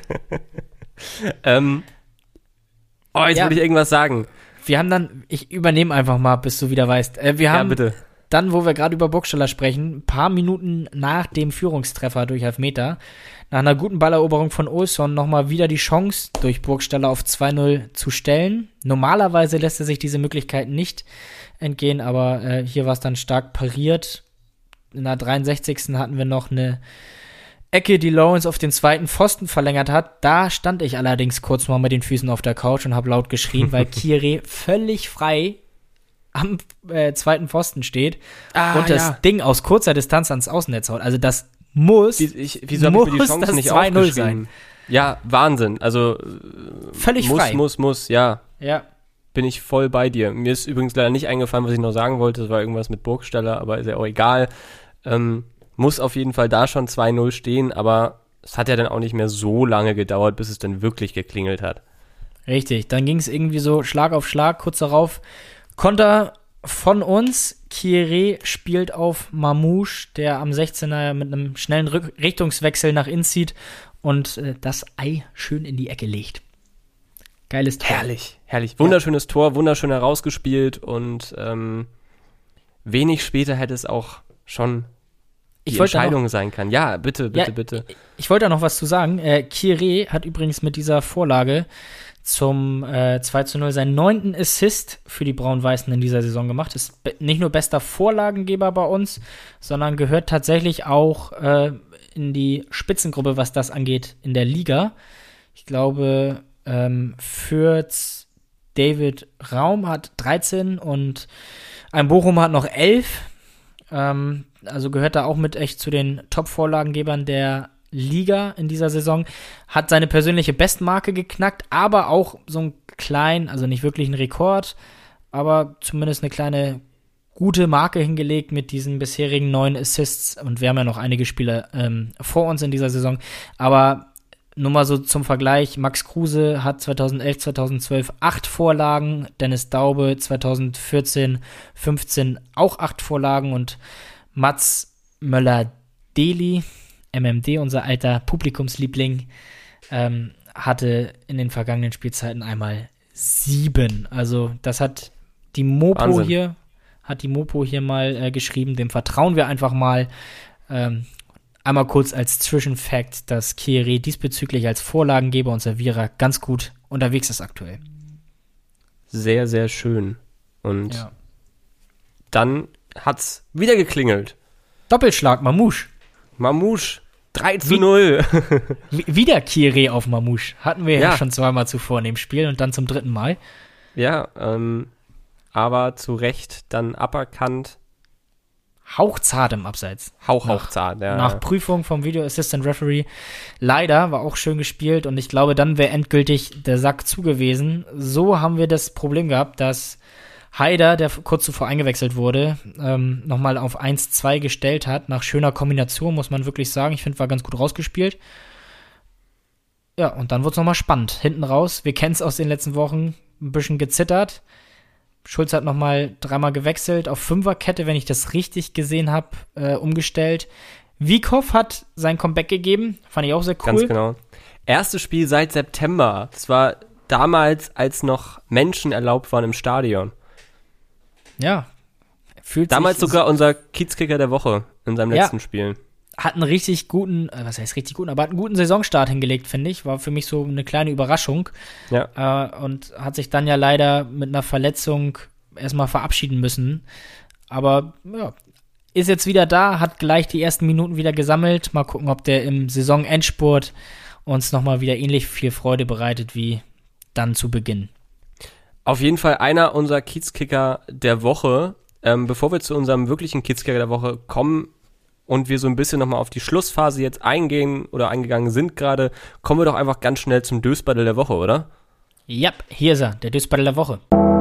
ähm, oh, jetzt ja. Will ich irgendwas sagen. Wir haben dann, ich übernehme einfach mal, bis du wieder weißt. Äh, wir haben ja, bitte. Dann, wo wir gerade über Burgstaller sprechen, ein paar Minuten nach dem Führungstreffer durch Elfmeter, nach einer guten Balleroberung von Olsson nochmal wieder die Chance, durch Burgstaller auf zwei null zu stellen. Normalerweise lässt er sich diese Möglichkeit nicht entgehen, aber äh, hier war es dann stark pariert. In der dreiundsechzigsten hatten wir noch eine Ecke, die Lawrence auf den zweiten Pfosten verlängert hat. Da stand ich allerdings kurz mal mit den Füßen auf der Couch und habe laut geschrien, weil Kire völlig frei am äh, zweiten Pfosten steht ah, und das ja. Ding aus kurzer Distanz ans Außennetz haut. Also das muss, Wie, ich, wieso muss ich mir die Chance nicht zwei null sein. Ja, Wahnsinn. Also völlig muss, frei. Muss, muss, muss, ja. Ja. Bin ich voll bei dir. Mir ist übrigens leider nicht eingefallen, was ich noch sagen wollte. Das war irgendwas mit Burgstaller, aber ist ja auch egal. Ähm, muss auf jeden Fall da schon zwei null stehen, aber es hat ja dann auch nicht mehr so lange gedauert, bis es dann wirklich geklingelt hat. Richtig, dann ging es irgendwie so Schlag auf Schlag, kurz darauf Konter von uns. Kire spielt auf Mamouche, der am sechzehner mit einem schnellen Rück- Richtungswechsel nach innen zieht und äh, das Ei schön in die Ecke legt. Geiles Tor. Herrlich, herrlich. Wunderschönes ja. Tor, wunderschön herausgespielt und ähm, wenig später hätte es auch schon die ich Entscheidung noch, sein können. Ja, bitte, bitte, ja, bitte. Ich, ich wollte da noch was zu sagen. Äh, Kire hat übrigens mit dieser Vorlage zum äh, zwei zu null seinen neunten Assist für die Braun-Weißen in dieser Saison gemacht. Ist be- nicht nur bester Vorlagengeber bei uns, sondern gehört tatsächlich auch äh, in die Spitzengruppe, was das angeht, in der Liga. Ich glaube, ähm, Fürth David Raum hat dreizehn und ein Bochum hat noch elf. Ähm, also gehört da auch mit echt zu den Top-Vorlagengebern der Liga in dieser Saison, hat seine persönliche Bestmarke geknackt, aber auch so einen kleinen, also nicht wirklich einen Rekord, aber zumindest eine kleine gute Marke hingelegt mit diesen bisherigen neun Assists. Und wir haben ja noch einige Spiele ähm, vor uns in dieser Saison. Aber nur mal so zum Vergleich, Max Kruse hat zweitausendelf, zweitausendzwölf acht Vorlagen, Dennis Daube zweitausendvierzehn, fünfzehn auch acht Vorlagen und Mats Möller-Deli, M M D, unser alter Publikumsliebling, ähm, hatte in den vergangenen Spielzeiten einmal sieben. Also das hat die Mopo Wahnsinn. hier, hat die Mopo hier mal äh, geschrieben, dem vertrauen wir einfach mal. Ähm, einmal kurz als Zwischenfact, dass Kieré diesbezüglich als Vorlagengeber und Servierer ganz gut unterwegs ist aktuell. Sehr, sehr schön. Und Ja. dann hat's wieder geklingelt. Doppelschlag, Mamouche. Mamouche, drei zu null. W- Wieder Kieré auf Mamouche. Hatten wir ja. Ja. schon zweimal zuvor in dem Spiel und dann zum dritten Mal. Ja, ähm, aber zu Recht dann aberkannt. Hauchzart im Abseits. Hauch, Nach- hauchzart. Ja. Nach Prüfung vom Video Assistant Referee. Leider, war auch schön gespielt und ich glaube, dann wäre endgültig der Sack zu gewesen. So haben wir das Problem gehabt, dass Haider, der kurz zuvor eingewechselt wurde, ähm, nochmal auf eins zwei gestellt hat. Nach schöner Kombination, muss man wirklich sagen. Ich finde, war ganz gut rausgespielt. Ja, und dann wurde es nochmal spannend. Hinten raus, wir kennen es aus den letzten Wochen, ein bisschen gezittert. Schulz hat nochmal dreimal gewechselt, auf Fünferkette, wenn ich das richtig gesehen habe, äh, umgestellt. Wiekow hat sein Comeback gegeben, fand ich auch sehr cool. Ganz genau. Erstes Spiel seit September. Das war damals, als noch Menschen erlaubt waren im Stadion. Ja, fühlt Damals sich, sogar unser Kiezkicker der Woche in seinem Ja. letzten Spiel. hat einen richtig guten, äh, was heißt richtig guten, aber hat einen guten Saisonstart hingelegt, finde ich. War für mich so eine kleine Überraschung. Ja. Äh, und hat sich dann ja leider mit einer Verletzung erstmal verabschieden müssen. Aber ja, ist jetzt wieder da, hat gleich die ersten Minuten wieder gesammelt. Mal gucken, ob der im Saisonendspurt uns nochmal wieder ähnlich viel Freude bereitet wie dann zu Beginn. Auf jeden Fall einer unserer Kiezkicker der Woche. Ähm, bevor wir zu unserem wirklichen Kiezkicker der Woche kommen und wir so ein bisschen nochmal auf die Schlussphase jetzt eingehen oder eingegangen sind gerade, kommen wir doch einfach ganz schnell zum Dösbaddel der Woche, oder? Ja, hier ist er, der Dösbaddel der Woche.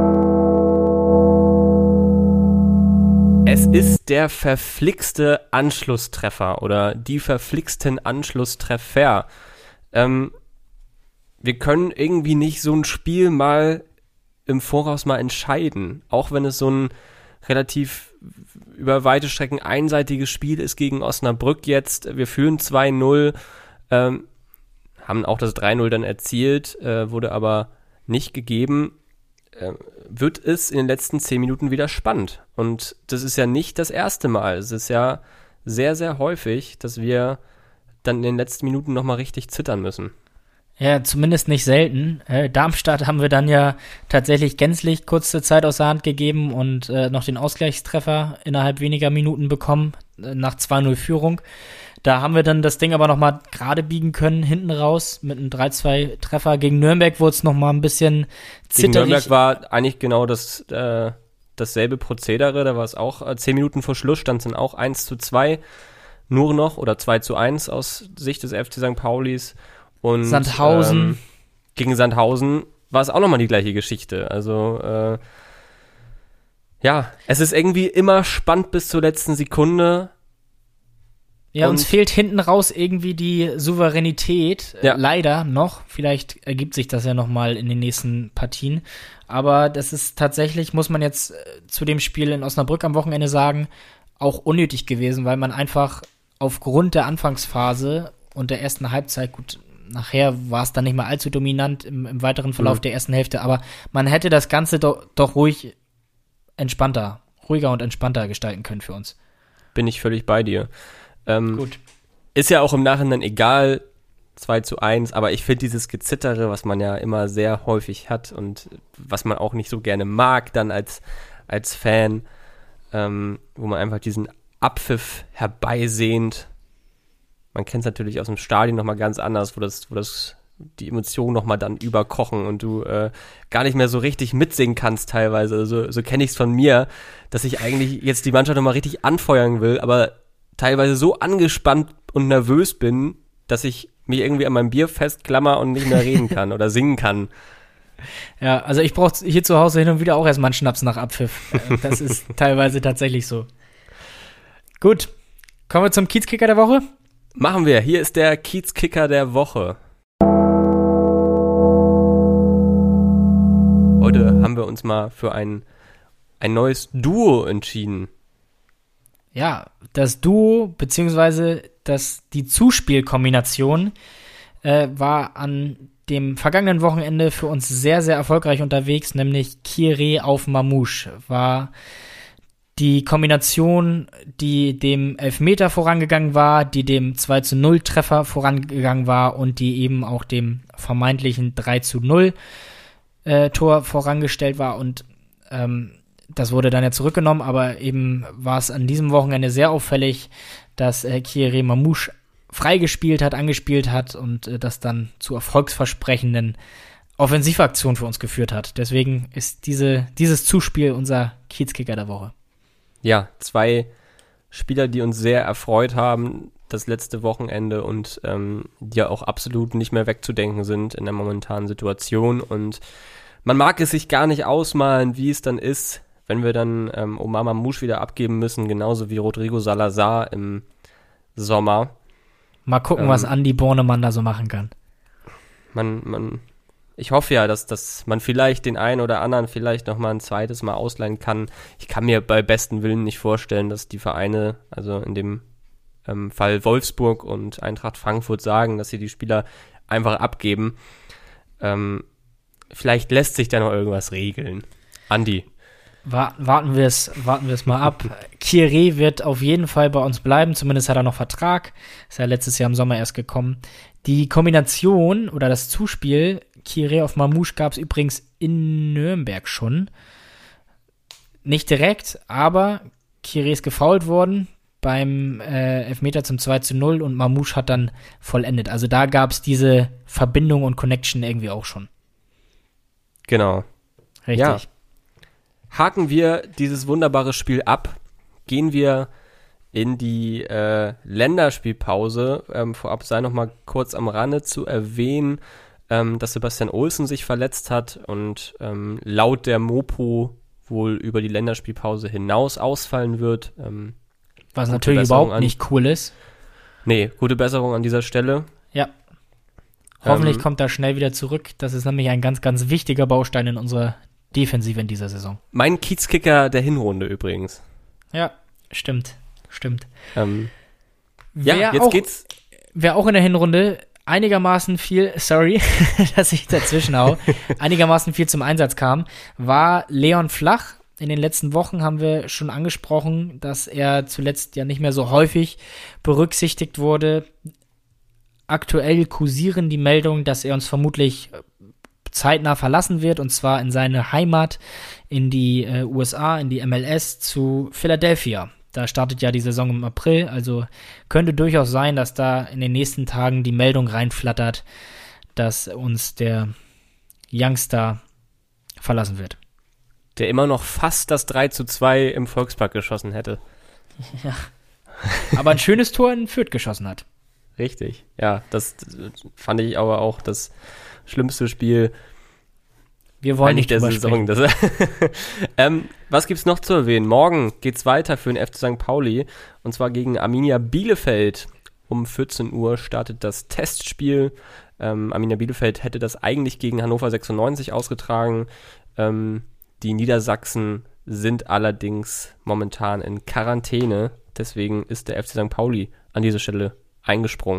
Es ist der verflixte Anschlusstreffer oder die verflixten Anschlusstreffer. Ähm, wir können irgendwie nicht so ein Spiel mal im Voraus mal entscheiden, auch wenn es so ein relativ über weite Strecken einseitiges Spiel ist gegen Osnabrück jetzt. Wir führen zwei null, ähm, haben auch das drei null dann erzielt, äh, wurde aber nicht gegeben. Äh, wird es in den letzten zehn Minuten wieder spannend. Und das ist ja nicht das erste Mal. Es ist ja sehr, sehr häufig, dass wir dann in den letzten Minuten nochmal richtig zittern müssen. Ja, zumindest nicht selten. Äh, Darmstadt haben wir dann ja tatsächlich gänzlich kurze Zeit aus der Hand gegeben und äh, noch den Ausgleichstreffer innerhalb weniger Minuten bekommen, äh, nach zwei null Führung. Da haben wir dann das Ding aber nochmal gerade biegen können, hinten raus, mit einem drei zwei Treffer. Gegen Nürnberg wurde es nochmal ein bisschen Gegen zitterig. Nürnberg war eigentlich genau das, äh, dasselbe Prozedere. Da war es auch äh, zehn Minuten vor Schluss, stand es dann auch eins zu zwei nur noch oder zwei zu eins aus Sicht des F C Sankt Paulis. Und, Sandhausen. Ähm, gegen Sandhausen war es auch nochmal die gleiche Geschichte. Also, äh, ja, es ist irgendwie immer spannend bis zur letzten Sekunde. Ja, uns Und- fehlt hinten raus irgendwie die Souveränität, äh, Ja. leider noch. Vielleicht ergibt sich das ja nochmal in den nächsten Partien. Aber das ist tatsächlich, muss man jetzt äh, zu dem Spiel in Osnabrück am Wochenende sagen, auch unnötig gewesen, weil man einfach aufgrund der Anfangsphase und der ersten Halbzeit, gut, nachher war es dann nicht mehr allzu dominant im, im weiteren Verlauf Mhm. der ersten Hälfte, aber man hätte das Ganze doch, doch ruhig entspannter, ruhiger und entspannter gestalten können für uns. Bin ich völlig bei dir. Ähm, Gut. Ist ja auch im Nachhinein egal, zwei zu eins, aber ich finde dieses Gezittere, was man ja immer sehr häufig hat und was man auch nicht so gerne mag dann als, als Fan, ähm, wo man einfach diesen Abpfiff herbeisehnt. Man kennt es natürlich aus dem Stadion nochmal ganz anders, wo das, wo das die Emotionen nochmal dann überkochen und du äh, gar nicht mehr so richtig mitsingen kannst teilweise. Also, so kenne ich es von mir, dass ich eigentlich jetzt die Mannschaft nochmal richtig anfeuern will, aber teilweise so angespannt und nervös bin, dass ich mich irgendwie an meinem Bier festklammer und nicht mehr reden kann oder singen kann. Ja, also ich brauche hier zu Hause hin und wieder auch erstmal einen Schnaps nach Abpfiff. Das ist teilweise tatsächlich so. Gut, kommen wir zum Kiezkicker der Woche? Machen wir. Hier ist der Kiezkicker der Woche. Heute haben wir uns mal für ein, ein neues Duo entschieden. Ja, das Duo, beziehungsweise das, die Zuspielkombination äh, war an dem vergangenen Wochenende für uns sehr, sehr erfolgreich unterwegs, nämlich Kire auf Mamouche. War die Kombination, die dem Elfmeter vorangegangen war, die dem zwei zu null Treffer vorangegangen war und die eben auch dem vermeintlichen drei zu null äh, Tor vorangestellt war. Und ähm, das wurde dann ja zurückgenommen, aber eben war es an diesem Wochenende sehr auffällig, dass äh, Kire Mamouche freigespielt hat, angespielt hat und äh, das dann zu erfolgsversprechenden Offensivaktionen für uns geführt hat. Deswegen ist diese, dieses Zuspiel unser Kiezkicker der Woche. Ja, zwei Spieler, die uns sehr erfreut haben das letzte Wochenende und ähm, die ja auch absolut nicht mehr wegzudenken sind in der momentanen Situation. Und man mag es sich gar nicht ausmalen, wie es dann ist, wenn wir dann ähm, Omar Mamouche wieder abgeben müssen, genauso wie Rodrigo Salazar im Sommer. Mal gucken, ähm, was Andi Bornemann da so machen kann. Man, man, ich hoffe ja, dass, dass man vielleicht den einen oder anderen vielleicht noch mal ein zweites Mal ausleihen kann. Ich kann mir bei besten Willen nicht vorstellen, dass die Vereine, also in dem ähm, Fall Wolfsburg und Eintracht Frankfurt, sagen, dass sie die Spieler einfach abgeben. Ähm, vielleicht lässt sich da noch irgendwas regeln. Andi. Warten wir es warten wir es mal ab. Kire wird auf jeden Fall bei uns bleiben, zumindest hat er noch Vertrag. Ist ja letztes Jahr im Sommer erst gekommen. Die Kombination oder das Zuspiel Kire auf Mamouche gab es übrigens in Nürnberg schon. Nicht direkt, aber Kire ist gefoult worden beim äh, Elfmeter zum zwei zu null und Mamouche hat dann vollendet. Also da gab es diese Verbindung und Connection irgendwie auch schon. Genau. Richtig. Ja. Haken wir dieses wunderbare Spiel ab, gehen wir in die äh, Länderspielpause. Ähm, vorab sei noch mal kurz am Rande zu erwähnen, ähm, dass Sebastian Olsen sich verletzt hat und ähm, laut der Mopo wohl über die Länderspielpause hinaus ausfallen wird. Ähm, Was natürlich überhaupt an, nicht cool ist. Nee, gute Besserung an dieser Stelle. Ja. Hoffentlich ähm, kommt er schnell wieder zurück. Das ist nämlich ein ganz, ganz wichtiger Baustein in unserer Defensive in dieser Saison. Mein Kiezkicker der Hinrunde übrigens. Ja, stimmt, stimmt. Ähm, ja, wer jetzt auch, geht's. Wer auch in der Hinrunde einigermaßen viel, sorry, dass ich dazwischen hau, einigermaßen viel zum Einsatz kam, war Leon Flach. In den letzten Wochen haben wir schon angesprochen, dass er zuletzt ja nicht mehr so häufig berücksichtigt wurde. Aktuell kursieren die Meldungen, dass er uns vermutlich zeitnah verlassen wird, und zwar in seine Heimat, in die äh, U S A, in die M L S, zu Philadelphia. Da startet ja die Saison im April, also könnte durchaus sein, dass da in den nächsten Tagen die Meldung reinflattert, dass uns der Youngster verlassen wird. Der immer noch fast das drei zu zwei im Volkspark geschossen hätte. Ja. Aber ein schönes Tor in Fürth geschossen hat. Richtig, ja, das, das fand ich aber auch das schlimmste Spiel. Wir wollen nicht der Saison. Das, ähm, was gibt's noch zu erwähnen? Morgen geht's weiter für den F C Sankt Pauli und zwar gegen Arminia Bielefeld. Um vierzehn Uhr startet das Testspiel. Ähm, Arminia Bielefeld hätte das eigentlich gegen Hannover sechsundneunzig ausgetragen. Ähm, die Niedersachsen sind allerdings momentan in Quarantäne. Deswegen ist der F C Sankt Pauli an dieser Stelle eingesprungen.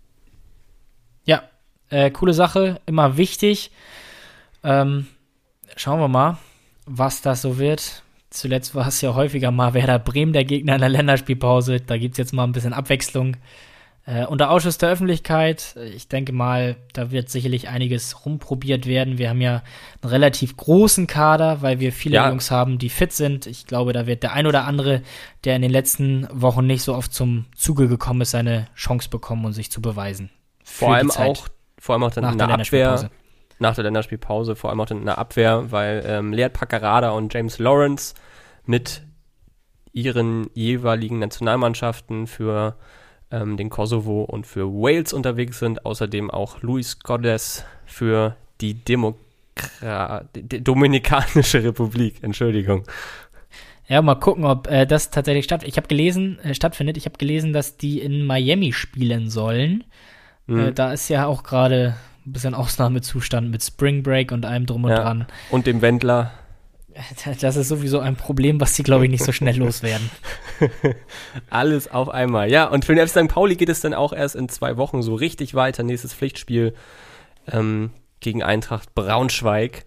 Ja, äh, coole Sache, immer wichtig. Ähm, schauen wir mal, was das so wird. Zuletzt war es ja häufiger mal Werder Bremen der Gegner in der Länderspielpause. Da gibt es jetzt mal ein bisschen Abwechslung. Äh, unter Ausschuss der Öffentlichkeit, ich denke mal, da wird sicherlich einiges rumprobiert werden. Wir haben ja einen relativ großen Kader, weil wir viele ja. Jungs haben, die fit sind. Ich glaube, da wird der ein oder andere, der in den letzten Wochen nicht so oft zum Zuge gekommen ist, seine Chance bekommen und sich zu beweisen. Vor allem auch, vor allem auch dann in der Abwehr, nach der Länderspielpause, vor allem auch dann in der Abwehr, weil ähm, Lead Paccarada und James Lawrence mit ihren jeweiligen Nationalmannschaften für ähm, den Kosovo und für Wales unterwegs sind. Außerdem auch Luis Cordes für die Demokra- die Dominikanische Republik. Entschuldigung. Ja, mal gucken, ob äh, das tatsächlich statt. Ich habe gelesen, äh, stattfindet. Ich habe gelesen, dass die in Miami spielen sollen. Mhm. Äh, da ist ja auch gerade ein bisschen Ausnahmezustand mit Spring Break und allem drum und ja. dran. Und dem Wendler. Das ist sowieso ein Problem, was die, glaube ich, nicht so schnell loswerden. Alles auf einmal. Ja, und für den F C Sankt Pauli geht es dann auch erst in zwei Wochen so richtig weiter. Nächstes Pflichtspiel ähm, gegen Eintracht Braunschweig.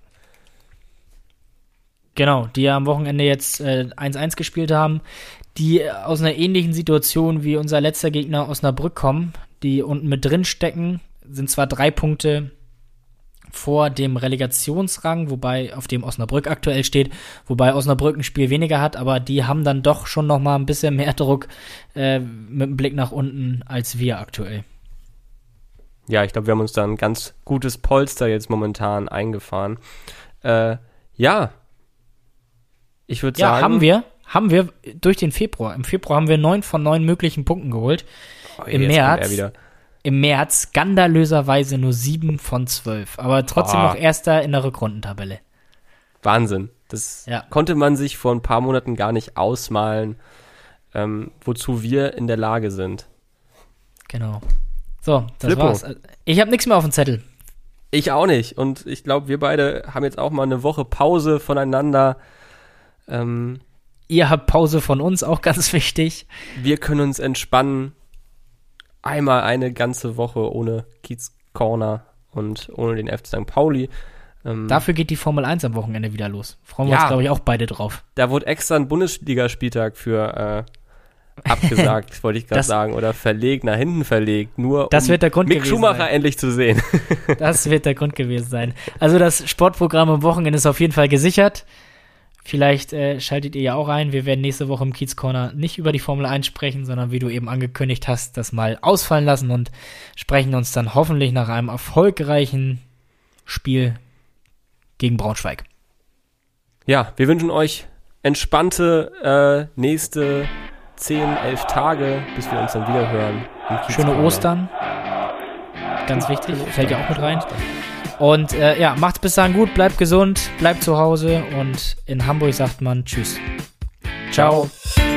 Genau, die ja am Wochenende jetzt äh, eins eins gespielt haben, die aus einer ähnlichen Situation wie unser letzter Gegner Osnabrück kommen, die unten mit drin stecken, sind zwar drei Punkte vor dem Relegationsrang, wobei auf dem Osnabrück aktuell steht, wobei Osnabrück ein Spiel weniger hat, aber die haben dann doch schon noch mal ein bisschen mehr Druck äh, mit dem Blick nach unten als wir aktuell. Ja, ich glaube, wir haben uns da ein ganz gutes Polster jetzt momentan eingefahren. Äh, ja, ich würde ja, sagen... Ja, haben wir, haben wir durch den Februar. Im Februar haben wir neun von neun möglichen Punkten geholt. Oh, Im März... Im März skandalöserweise nur sieben von zwölf, aber trotzdem oh. noch Erster in der Rückrundentabelle. Wahnsinn. Das ja. konnte man sich vor ein paar Monaten gar nicht ausmalen, ähm, wozu wir in der Lage sind. Genau. So, das Flippo. war's. Ich habe nichts mehr auf dem Zettel. Ich auch nicht. Und ich glaube, wir beide haben jetzt auch mal eine Woche Pause voneinander. Ähm, Ihr habt Pause von uns, auch ganz wichtig. Wir können uns entspannen. Einmal eine ganze Woche ohne Kiez Corner und ohne den F C Sankt Pauli. Ähm, Dafür geht die Formel eins am Wochenende wieder los. Freuen wir ja, uns, glaube ich, auch beide drauf. Da wurde extra ein Bundesligaspieltag für äh, abgesagt, wollte ich gerade sagen, oder verlegt, nach hinten verlegt, nur das um wird der Grund Mick gewesen Schumacher sein. endlich zu sehen. Das wird der Grund gewesen sein. Also das Sportprogramm am Wochenende ist auf jeden Fall gesichert. Vielleicht äh, schaltet ihr ja auch ein. Wir werden nächste Woche im Kiez Corner nicht über die Formel eins sprechen, sondern wie du eben angekündigt hast, das mal ausfallen lassen und sprechen uns dann hoffentlich nach einem erfolgreichen Spiel gegen Braunschweig. Ja, wir wünschen euch entspannte äh, nächste zehn, elf Tage, bis wir uns dann wieder hören. Schöne Ostern. Ganz wichtig, fällt ja auch mit rein. Und äh, ja, macht's bis dahin gut, bleibt gesund, bleibt zu Hause und in Hamburg sagt man Tschüss. Ciao. Ciao.